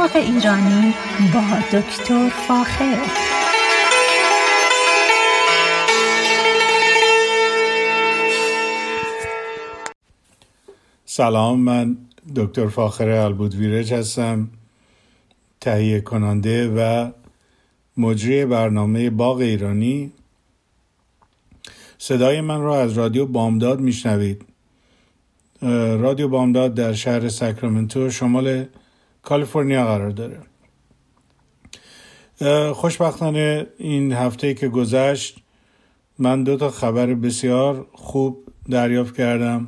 باغ ایرانی با دکتر فاخر. سلام، من دکتر فاخر البودویرج هستم، تهیه کننده و مجری برنامه باغ ایرانی. صدای من را از رادیو بامداد میشنوید. رادیو بامداد در شهر ساکرامنتو شمال کالیفرنیا قرار داره. خوشبختانه این هفته که گذشت من 2 خبر بسیار خوب دریافت کردم.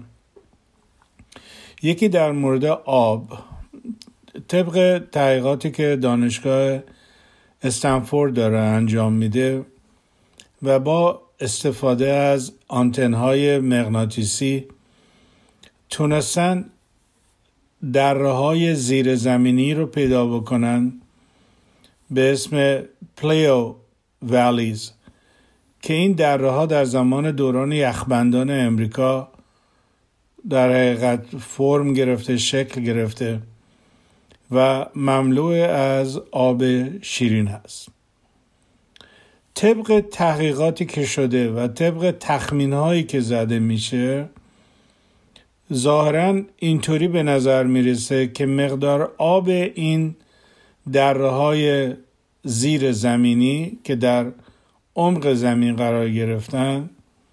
یکی در مورد آب. طبق تحقیقاتی که دانشگاه استنفورد داره انجام میده و با استفاده از آنتن‌های مغناطیسی تونستن دره‌های زیرزمینی رو پیدا بکنن به اسم پلیو ولیز که این دره‌ها در زمان دوران یخبندان امریکا در حقیقت فرم گرفته، شکل گرفته و مملوء از آب شیرین هست. طبق تحقیقاتی که شده و طبق تخمین‌هایی که زده میشه، ظاهراً اینطوری به نظر میرسه که مقدار آب این دره‌های زیر زمینی که در عمق زمین قرار گرفتن،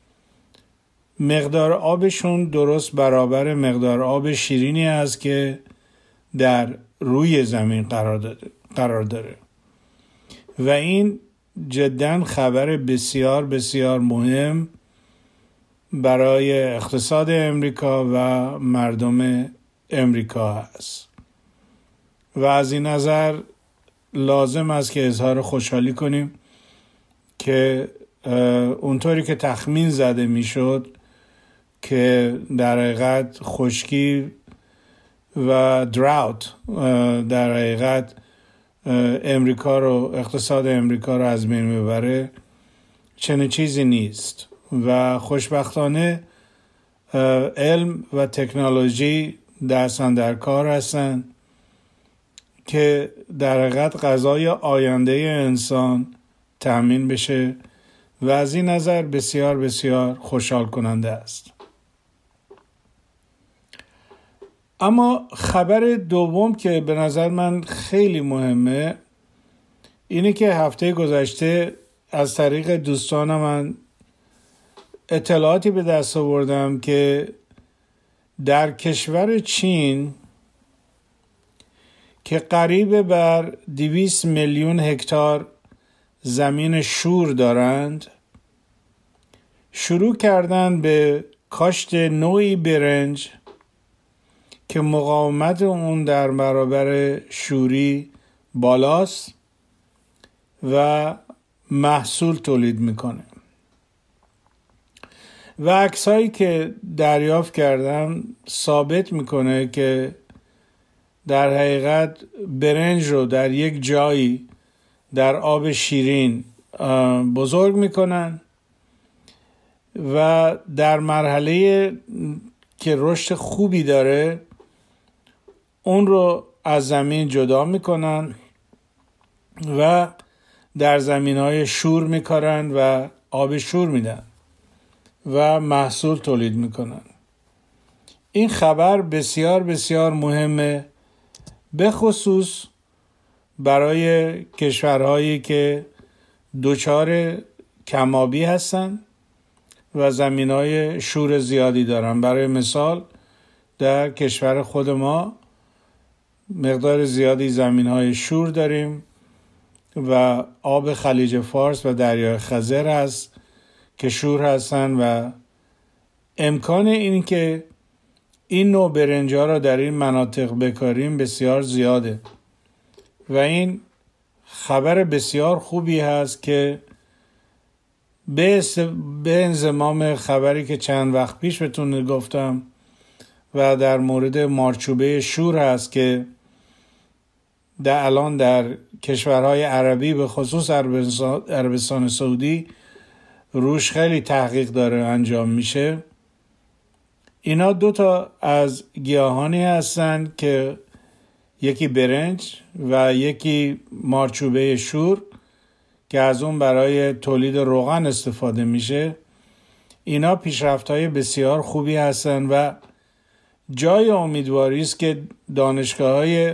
مقدار آبشون درست برابر مقدار آب شیرینی است که در روی زمین قرار داره و این جداً خبر بسیار بسیار مهم برای اقتصاد امریکا و مردم امریکا هست و از این نظر لازم است که اظهار خوشحالی کنیم که اونطوری که تخمین زده میشد که در حقیقت خشکی و دراوت در حقیقت اقتصاد امریکا رو از بین میبره، چنین چیزی نیست و خوشبختانه علم و تکنولوژی دستن در کار هستن که در حقیقت غذای آینده انسان تأمین بشه و از این نظر بسیار بسیار خوشحال کننده است. اما خبر دوم که به نظر من خیلی مهمه اینه که هفته گذشته از طریق دوستان من اطلاعاتی به دست آوردم که در کشور چین که قریب بر 200 میلیون هکتار زمین شور دارند، شروع کردن به کاشت نوعی برنج که مقاومت اون در برابر شوری بالاست و محصول تولید میکنه و عکسایی که دریافت کردم ثابت میکنه که در حقیقت برنج رو در یک جایی در آب شیرین بزرگ میکنن و در مرحله که رشد خوبی داره اون رو از زمین جدا میکنن و در زمینهای شور میکارن و آب شور میدن و محصول تولید میکنن. این خبر بسیار بسیار مهمه، به خصوص برای کشورهایی که دچار کم‌آبی هستن و زمینهای شور زیادی دارن. برای مثال در کشور خود ما مقدار زیادی زمینهای شور داریم و آب خلیج فارس و دریای خزر هست که شور هستن و امکان این که این نوع برنج‌ها را در این مناطق بکاریم بسیار زیاده و این خبر بسیار خوبی هست که به انضمام خبری که چند وقت پیش بهتون گفتم و در مورد مارچوبه شور هست که الان در کشورهای عربی به خصوص عربستان سعودی روش خیلی تحقیق داره انجام میشه. اینا 2 از گیاهانی هستن که یکی برنج و یکی مارچوبه شور که از اون برای تولید روغن استفاده میشه. اینا پیشرفت‌های بسیار خوبی هستن و جای امیدواری است که دانشگاه‌های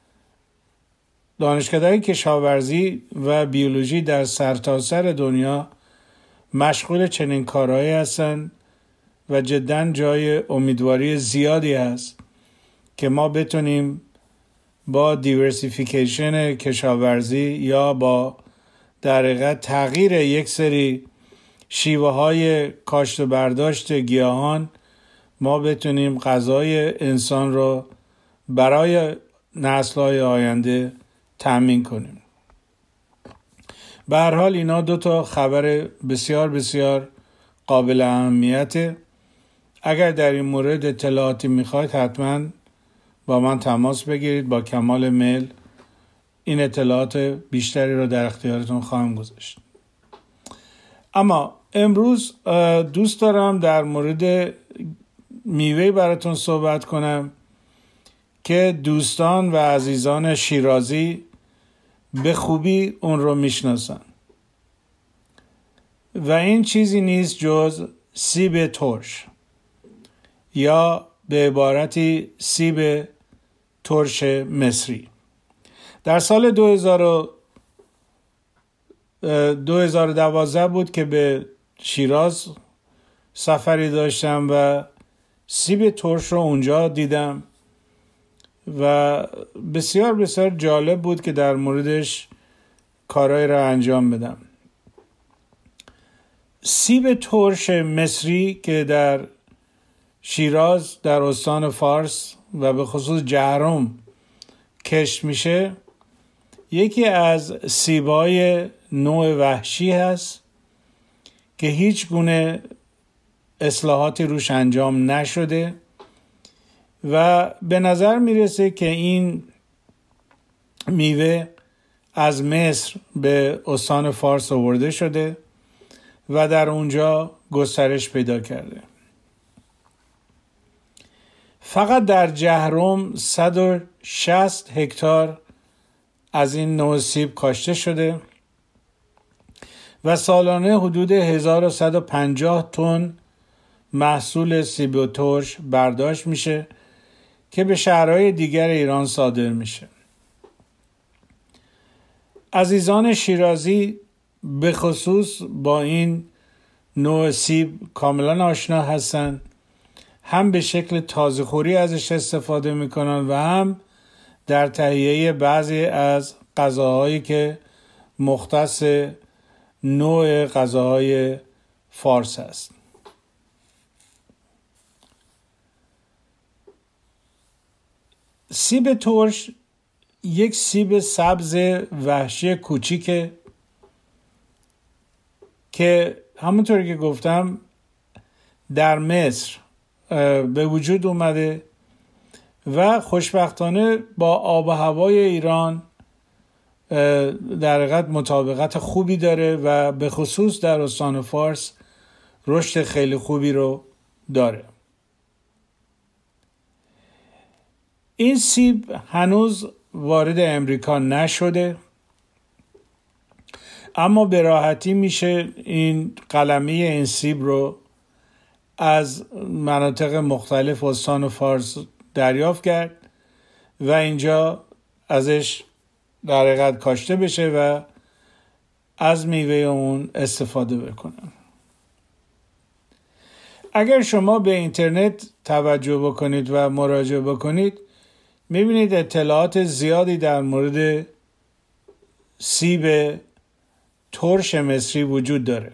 کشاورزی و بیولوژی در سرتاسر دنیا مشغول چنین کارهایی هستن و جداً جای امیدواری زیادی هست که ما بتونیم با دیورسیفیکیشن کشاورزی یا با در حقیقت تغییر یک سری شیوه های کاشت و برداشت گیاهان ما بتونیم غذای انسان رو برای نسل‌های آینده تأمین کنیم. به هر حال اینا 2 خبر بسیار بسیار قابل اهمیته. اگر در این مورد اطلاعاتی میخواید حتما با من تماس بگیرید. با کمال میل این اطلاعات بیشتری رو در اختیارتون خواهم گذاشت. اما امروز دوست دارم در مورد میوه براتون صحبت کنم که دوستان و عزیزان شیرازی به خوبی اون رو میشناسن و این چیزی نیست جز سیب ترش یا به عبارتی سیب ترش مصری. در سال 2012 بود که به شیراز سفری داشتم و سیب ترش رو اونجا دیدم و بسیار بسیار جالب بود که در موردش کارهای را انجام بدم. سیب ترش مصری که در شیراز در استان فارس و به خصوص جهرم کشت میشه یکی از سیبای نوع وحشی هست که هیچ گونه اصلاحاتی روش انجام نشده و به نظر میرسه که این میوه از مصر به استان فارس آورده شده و در اونجا گسترش پیدا کرده. فقط در جهرم 160 هکتار از این نوع سیب کاشته شده و سالانه حدود 1150 تن محصول سیب ترش برداشت میشه که به شهرهای دیگر ایران صادر میشه. عزیزان شیرازی به خصوص با این نوع سیب کاملا آشنا هستن، هم به شکل تازه‌خوری ازش استفاده میکنن و هم در تهیه بعضی از غذاهایی که مختص نوع غذاهای فارس است. سیب ترش یک سیب سبز وحشی کوچیکه که همونطور که گفتم در مصر به وجود اومده و خوشبختانه با آب و هوای ایران در حقیقت مطابقت خوبی داره و به خصوص در استان فارس رشد خیلی خوبی رو داره. این سیب هنوز وارد امریکا نشده، اما به راحتی میشه این قلمه این سیب رو از مناطق مختلف استان فارس دریافت کرد و اینجا ازش در حقیقت کاشته بشه و از میوه اون استفاده بکنن. اگر شما به اینترنت توجه بکنید و مراجعه بکنید میبینید اطلاعات زیادی در مورد سیب ترش مصری وجود داره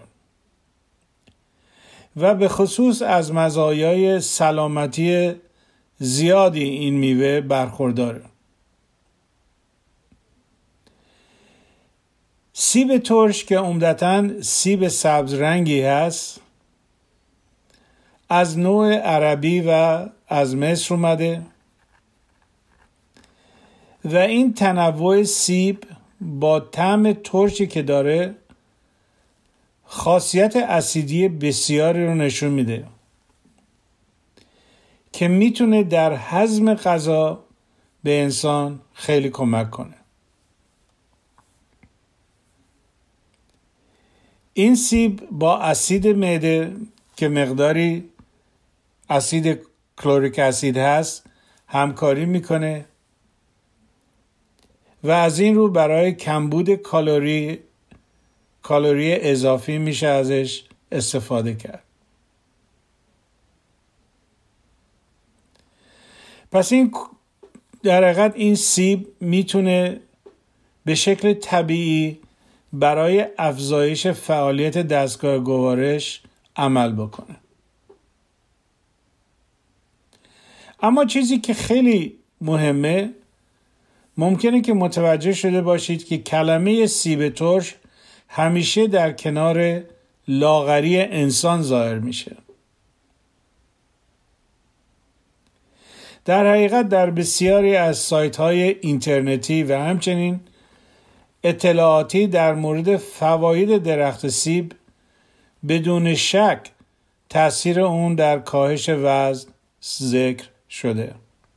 و به خصوص از مزایای سلامتی زیادی این میوه برخورداره. سیب ترش که عمدتاً سیب سبز رنگی هست از نوع عربی و از مصر اومده و این تنوع سیب با طعم ترشی که داره خاصیت اسیدی بسیاری رو نشون میده که میتونه در هضم غذا به انسان خیلی کمک کنه. این سیب با اسید معده که مقداری اسید کلوریک اسید هست همکاری میکنه و از این رو برای کمبود کالری اضافی میشه ازش استفاده کرد. پس این در حقیقت این سیب میتونه به شکل طبیعی برای افزایش فعالیت دستگاه گوارش عمل بکنه. اما چیزی که خیلی مهمه، ممکنه که متوجه شده باشید که کلمه سیب ترش همیشه در کنار لاغری انسان ظاهر میشه. در حقیقت در بسیاری از سایت‌های اینترنتی و همچنین اطلاعاتی در مورد فواید درخت سیب بدون شک تأثیر اون در کاهش وزن ذکر شده.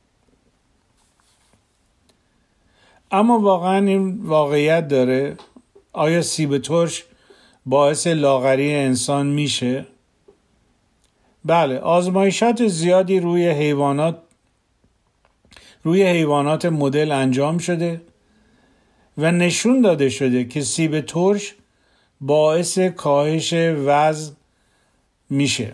اما واقعا این واقعیت داره؟ آیا سیب ترش باعث لاغری انسان میشه؟ بله، آزمایشات زیادی روی حیوانات مدل انجام شده و نشون داده شده که سیب ترش باعث کاهش وزن میشه.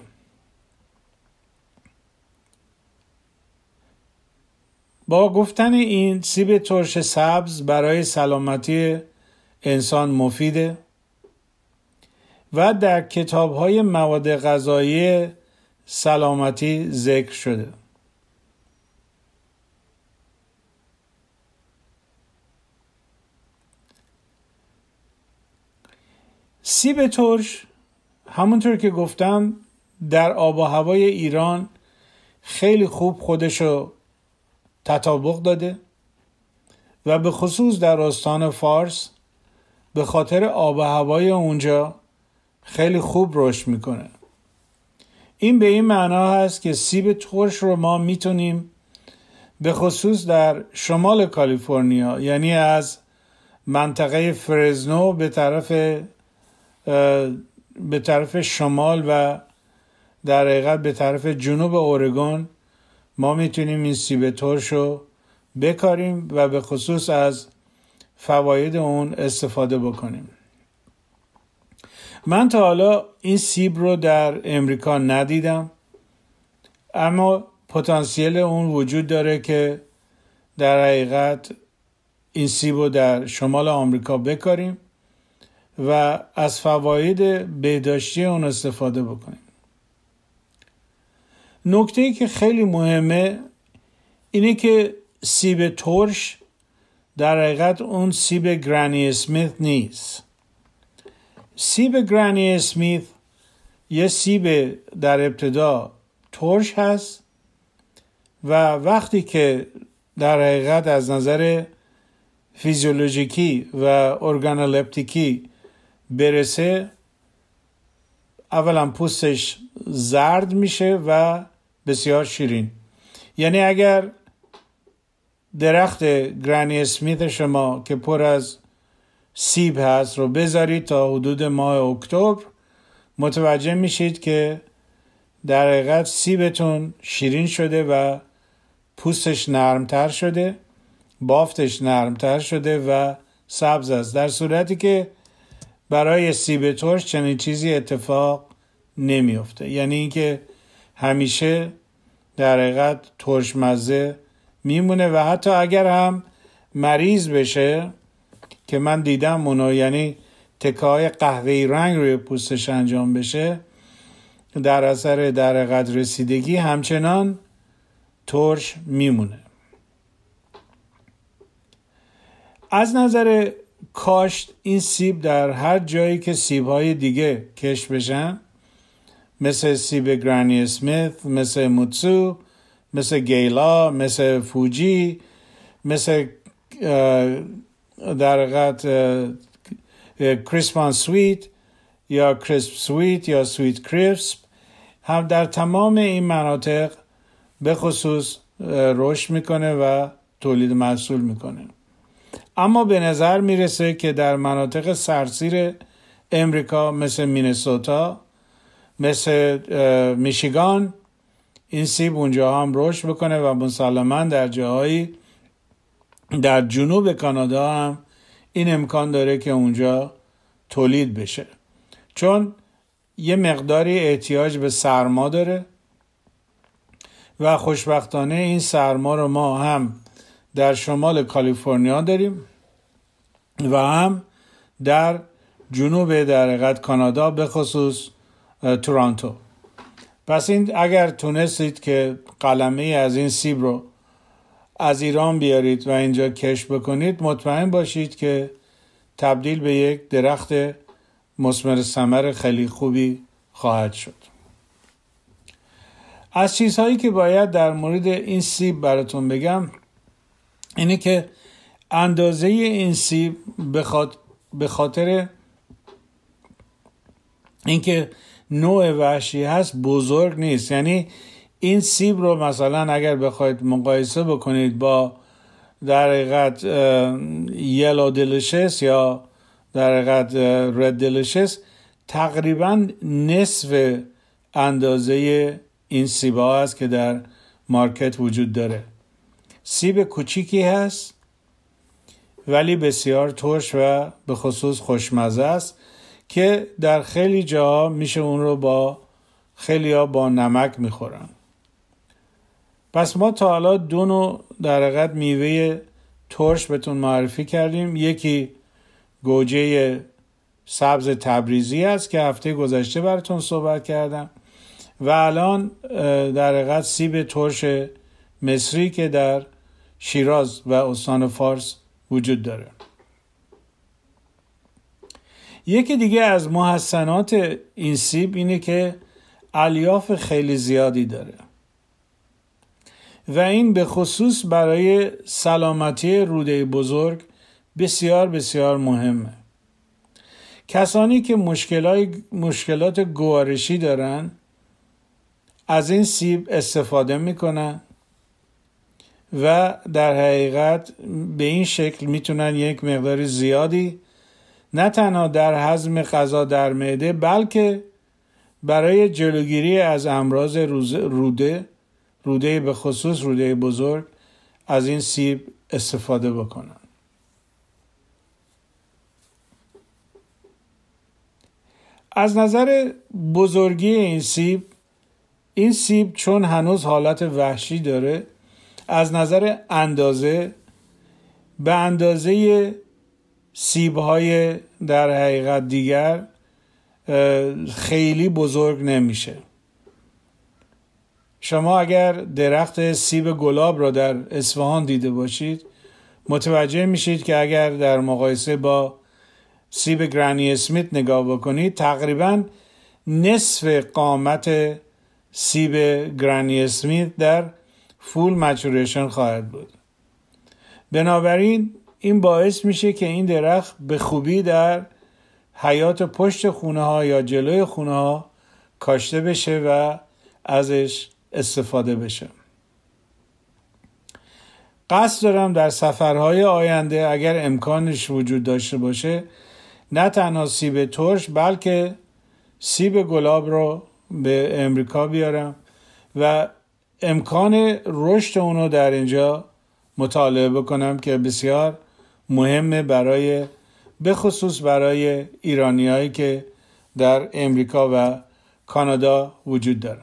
با گفتن این، سیب ترش سبز برای سلامتی انسان مفیده و در کتاب‌های مواد غذایی سلامتی ذکر شده. سیب ترش همونطور که گفتم در آب و هوای ایران خیلی خوب خودشو تطابق داده و به خصوص در استان فارس به خاطر آب و هوای اونجا خیلی خوب رشد میکنه. این به این معنا هست که سیب ترش رو ما میتونیم به خصوص در شمال کالیفرنیا، یعنی از منطقه فرزنو به طرف شمال و در حقیقت به طرف جنوب اورگون، ما میتونیم این سیب ترش رو بکاریم و به خصوص از فواید اون استفاده بکنیم. من تا حالا این سیب رو در امریکا ندیدم، اما پتانسیل اون وجود داره که در حقیقت این سیب رو در شمال آمریکا بکاریم و از فواید بهداشتی اون استفاده بکنیم. نکته‌ای که خیلی مهمه اینه که سیب ترش در حقیقت اون سیب گرانی اسمیت نیست. سیب گرانی اسمیت یه سیب در ابتدا ترش هست و وقتی که در حقیقت از نظر فیزیولوژیکی و ارگانولپتیکی برسه، اولا پوستش زرد میشه و بسیار شیرین. یعنی اگر درخت گرانی اسمیت شما که پر از سیب هست رو بذارید تا حدود ماه اکتبر، متوجه میشید که در حقیقت سیبتون شیرین شده و پوستش نرمتر شده، بافتش نرمتر شده و سبز است، در صورتی که برای سیب ترش چنین چیزی اتفاق نمیفته. یعنی اینکه همیشه در حقیقت ترش مزه میمونه و حتی اگر هم مریض بشه، که من دیدم اونو، یعنی تکه‌های قهوه‌ای رنگ روی پوستش انجام بشه در اثر در حقیقت رسیدگی، همچنان ترش میمونه. از نظر کاشت این سیب در هر جایی که سیب‌های دیگه کشت بشن، مثل سیب گرانی اسمیت، مثل موتسو، مثل گیلا، مثل فوجی، مثل در حقیقت کریسپان سویت یا کریسپ سویت یا سویت کریسپ، هم در تمام این مناطق به خصوص رشد میکنه و تولید محصول میکنه. اما به نظر میرسه که در مناطق سرسیر امریکا مثل مینسوتا، مثل میشیگان، این سیب اونجا هم رشد بکنه و مسلماً در جاهایی در جنوب کانادا هم این امکان داره که اونجا تولید بشه، چون یه مقداری احتیاج به سرما داره و خوشبختانه این سرما رو ما هم در شمال کالیفرنیا داریم و هم در جنوب در حقیقت کانادا، به خصوص تورنتو. پس این اگر تونستید که قلمه از این سیب رو از ایران بیارید و اینجا کشت بکنید، مطمئن باشید که تبدیل به یک درخت مثمر ثمر خیلی خوبی خواهد شد. از چیزهایی که باید در مورد این سیب براتون بگم اینه که اندازه این سیب به خاطر اینکه نوع وحشی هست بزرگ نیست. یعنی این سیب رو مثلا اگر بخواید مقایسه بکنید با در حقیقت یلو دلیشس یا در حقیقت رد دلیشس، تقریبا نصف اندازه این سیب ها هست که در مارکت وجود داره. سیب کوچیکی هست ولی بسیار ترش و به خصوص خوشمزه است که در خیلی جاها میشه اون رو با نمک میخورن. پس ما تا حالا دو نوع در حقیقت میوه ترش بهتون معرفی کردیم. یکی گوجه سبز تبریزی است که هفته گذشته براتون صحبت کردم و الان در حقیقت سیب ترش مصری که در شیراز و استان فارس وجود داره. یکی دیگه از محسنات این سیب اینه که الیاف خیلی زیادی داره و این به خصوص برای سلامتی روده بزرگ بسیار بسیار مهمه. کسانی که مشکلات گوارشی دارن از این سیب استفاده میکنن و در حقیقت به این شکل میتونن یک مقدار زیادی نه تنها در هضم غذا در معده بلکه برای جلوگیری از امراض روده به خصوص روده بزرگ از این سیب استفاده بکنن. از نظر بزرگی این سیب چون هنوز حالت وحشی داره، از نظر اندازه به اندازه سیب‌های در حقیقت دیگر خیلی بزرگ نمیشه. شما اگر درخت سیب گلاب را در اصفهان دیده باشید متوجه میشید که اگر در مقایسه با سیب گرانی اسمیت نگاه بکنید تقریبا نصف قامت سیب گرانی اسمیت در فول مچوریشن خواهد بود. بنابراین این باعث میشه که این درخت به خوبی در حیات پشت خونه ها یا جلوی خونه ها کاشته بشه و ازش استفاده بشه. قصد دارم در سفرهای آینده اگر امکانش وجود داشته باشه نه تنها سیب ترش بلکه سیب گلاب رو به امریکا بیارم و امکان رشد اونو در اینجا مطالعه بکنم که بسیار مهمه به خصوص برای ایرانیایی که در امریکا و کانادا وجود دارن.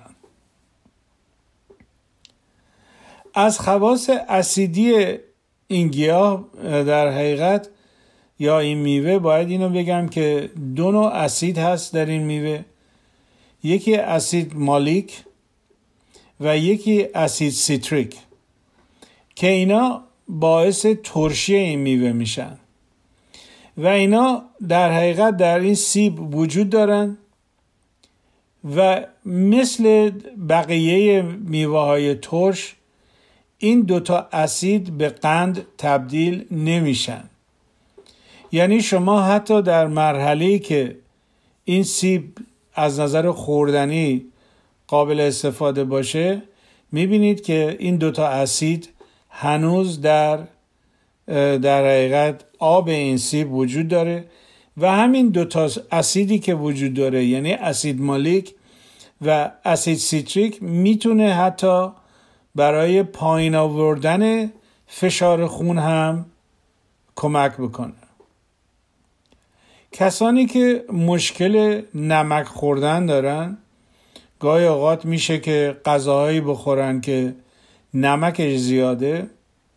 از خواص اسیدی این گیاه در حقیقت یا این میوه باید اینو بگم که دو نوع اسید هست در این میوه. یکی اسید مالیک و یکی اسید سیتریک که اینا باعث ترشی این میوه میشن و اینا در حقیقت در این سیب وجود دارن و مثل بقیه میوه های ترش این دوتا اسید به قند تبدیل نمیشن. یعنی شما حتی در مرحله‌ای که این سیب از نظر خوردنی قابل استفاده باشه میبینید که این دوتا اسید هنوز در حقیقت آب این سیب وجود داره و همین دوتا اسیدی که وجود داره، یعنی اسید مالیک و اسید سیتریک، میتونه حتی برای پایین آوردن فشار خون هم کمک بکنه. کسانی که مشکل نمک خوردن دارن، گاهی اوقات میشه که غذاهایی بخورن که نمکش زیاده،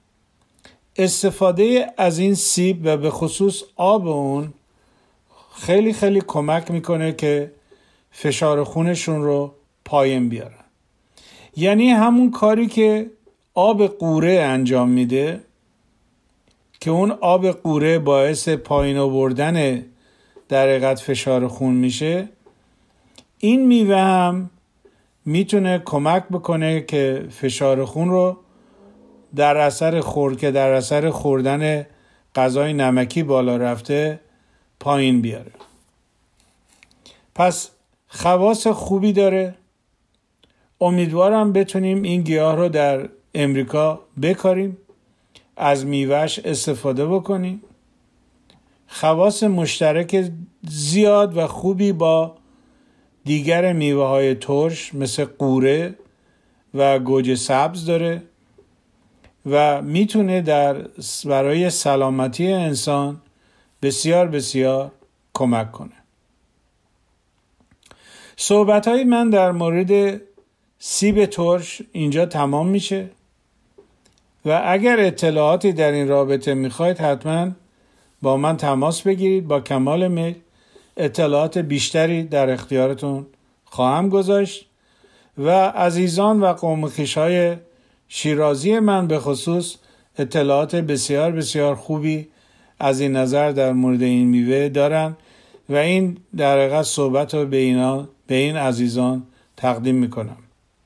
استفاده از این سیب و به خصوص آب اون خیلی خیلی کمک میکنه که فشار خونشون رو پایین بیارن. یعنی همون کاری که آب قوره انجام میده که اون آب قوره باعث پایین آوردن در حقیقت فشار خون میشه، این میوه هم میتونه کمک بکنه که فشار خون رو در اثر خوردن غذای نمکی بالا رفته پایین بیاره. پس خواص خوبی داره. امیدوارم بتونیم این گیاه رو در امریکا بکاریم، از میوهش استفاده بکنیم. خواص مشترک زیاد و خوبی با دیگر میوه های ترش مثل قوره و گوجه سبز داره و میتونه برای سلامتی انسان بسیار بسیار کمک کنه. صحبت‌های من در مورد سیب ترش اینجا تمام میشه و اگر اطلاعاتی در این رابطه میخواید حتما با من تماس بگیرید. با کمال میل اطلاعات بیشتری در اختیارتون خواهم گذاشت و عزیزان و قوم خویش‌های شیرازی من به خصوص اطلاعات بسیار بسیار خوبی از این نظر در مورد این میوه دارن و این در حقیقت صحبت رو به این عزیزان تقدیم میکنم.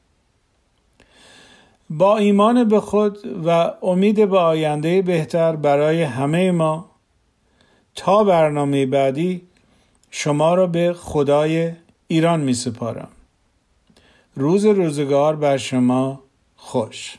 با ایمان به خود و امید به آینده بهتر برای همه ما، تا برنامه بعدی شما را به خدای ایران می سپارم. روزگار بر شما خوش.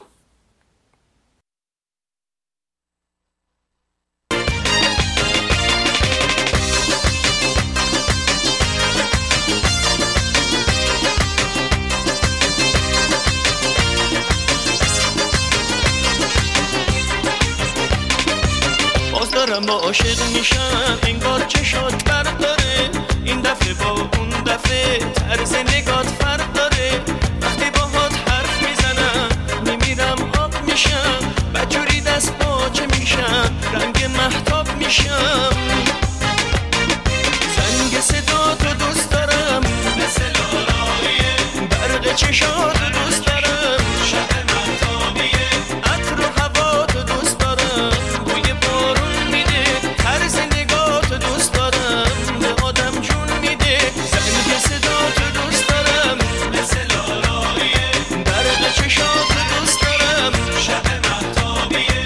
دارم با عاشق میشم، انگار چشات فرق داره، این دفعه با اون دفعه طرز نگات فرق داره. وقتی باهات حرف میزنم میمیرم آب میشم، بدجوری دست باچه میشم، رنگ مهتاب میشم. زنگ صدا تو دوست دارم، مثل لالاییه، برق چشات دوست دارم، شب مهتابیه، عطر و هوا تو دوست دارم، بوی بارون میده، طرز نگاه تو دوست دارم، به آدم جون میده. زنگ صدا تو دوست دارم، مثل لالاییه، برق چشات تو دوست دارم، شب مهتابیه.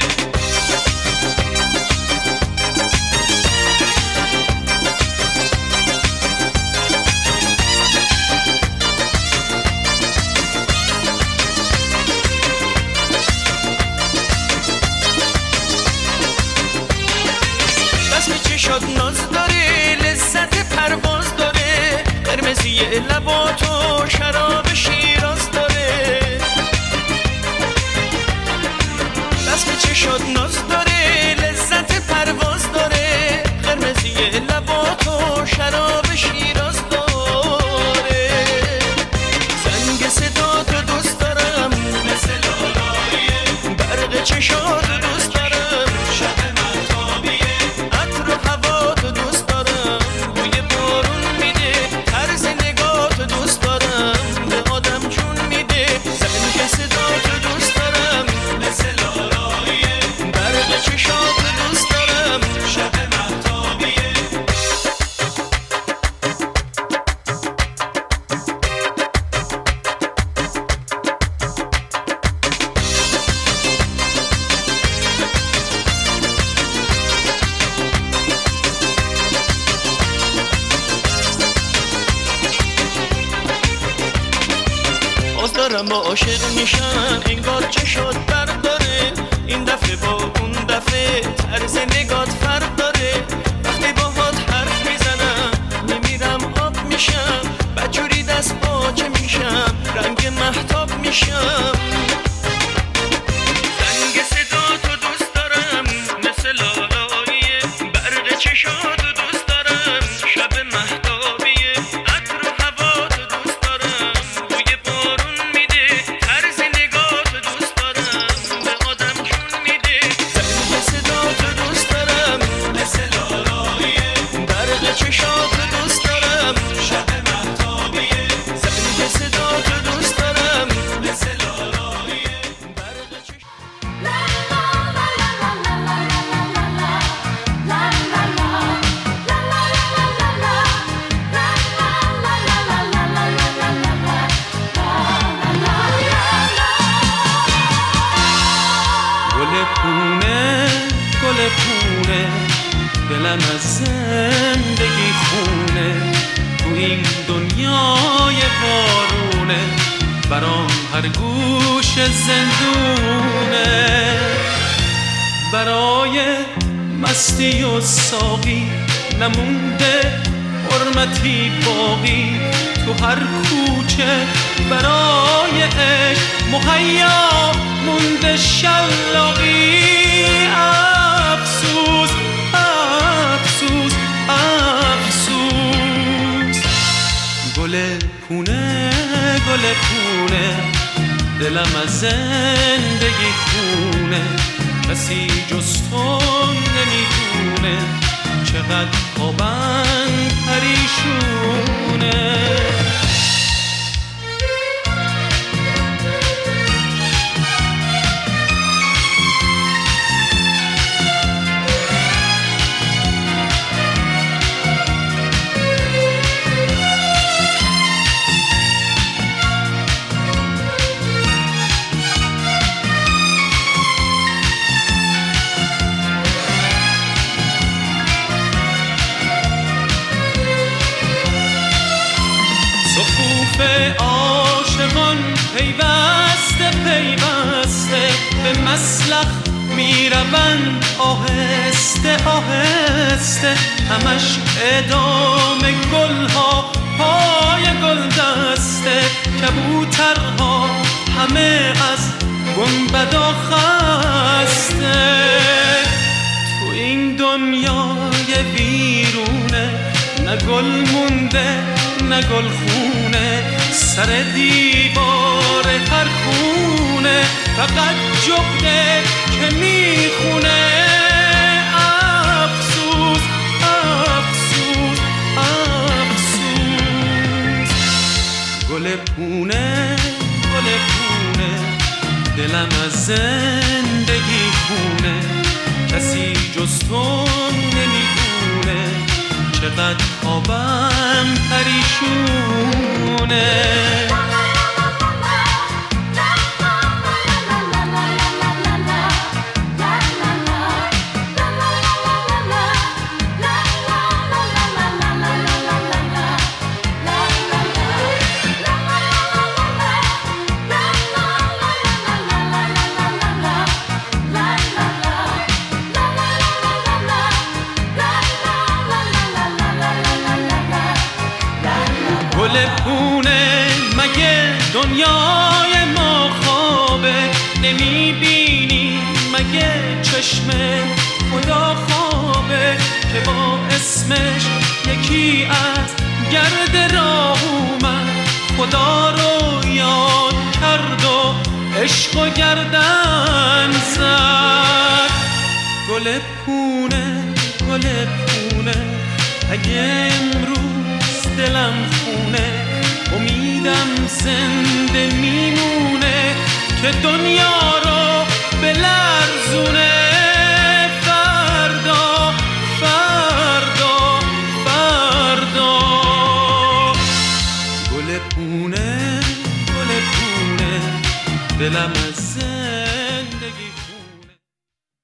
چشات ناز داره، لذت پرواز داره، قرمزی لباتو شراب شیراز داره. رسم چشات ناز داره، لذت پرواز داره، قرمزی لباتو شراب شیراز داره. زنگ صدا تو دوست دارم، مثل لالاییه، برق چشات دوست دارم، شب مهتابیه، عطر و هوا تو دوست دارم، بوی بارون میده، طرز نگاه تو دوست دارم، به آدم جون میده. زنگ صدا تو دوست دارم، مثل لالاییه، برق چشات دوست دارم، شب مهتابیه. باز دارم با عاشق میشم، انگار چشات برق داره، این دفعه با اون دفعه طرز نگات فرق داره. وقتی باهات حرف میزنم میمیرم آب میشم، بدجوری دست باچه میشم، رنگ مهتاب میشم. زنگ صدا تو دوست دارم مثل لالاییه، برق چشاتو دوست دارم شب مهتابیه، عطر و هوا تو دوست دارم بوی بارون میده، طرز نگاه تو دوست دارم به آدم جون میده. زنگ صدا تو دوست دارم مثل لالاییه، برق چشاتو دوست دارم شب مهتابیه، زنگ صدا تو دوست دارم مثل لالاییه، برق چشاتو. گل پونه دلم از زندگی خونه، تو این دنیای بارونه برام هر گوش زندونه. برای مستی و ساقی نمونده حرمتی باقی، تو هر کوچه برای عشق مهیا مونده شلاقی. افسوس افسوس افسوس، گل پونه دلم از زندگی خونه، کسی جز تو نمیدونه چقدر خوابم پریشونه. عاشقان پیوسته پیوسته به مسلخ میروند آهسته آهسته، همش ادامه گلها پای گل دسته، کبوترها همه از گنبدا خسته. تو این دنیای ویرونه نه گل مونده نه گل خونه، سر دیوار هر خونه فقط جغده که میخونه. افسوس افسوس افسوس، گل پونه دلم از زندگی خونه، کسی جز تو نمیدونه چقدر خوابم پریشونه. گل پونه مگه دنیای ما خوابه، نمیبینی مگه چشم خدا خوابه که با اسمش یکی از گرد راه اومد، خدا رو یاد کرد و عشق و گردن زد. گل پونه اگه امروز دلم خونه، امیدم زنده میمونه که دنیا رو بلرزونه. فردا فردا فردا، گل پونه دلم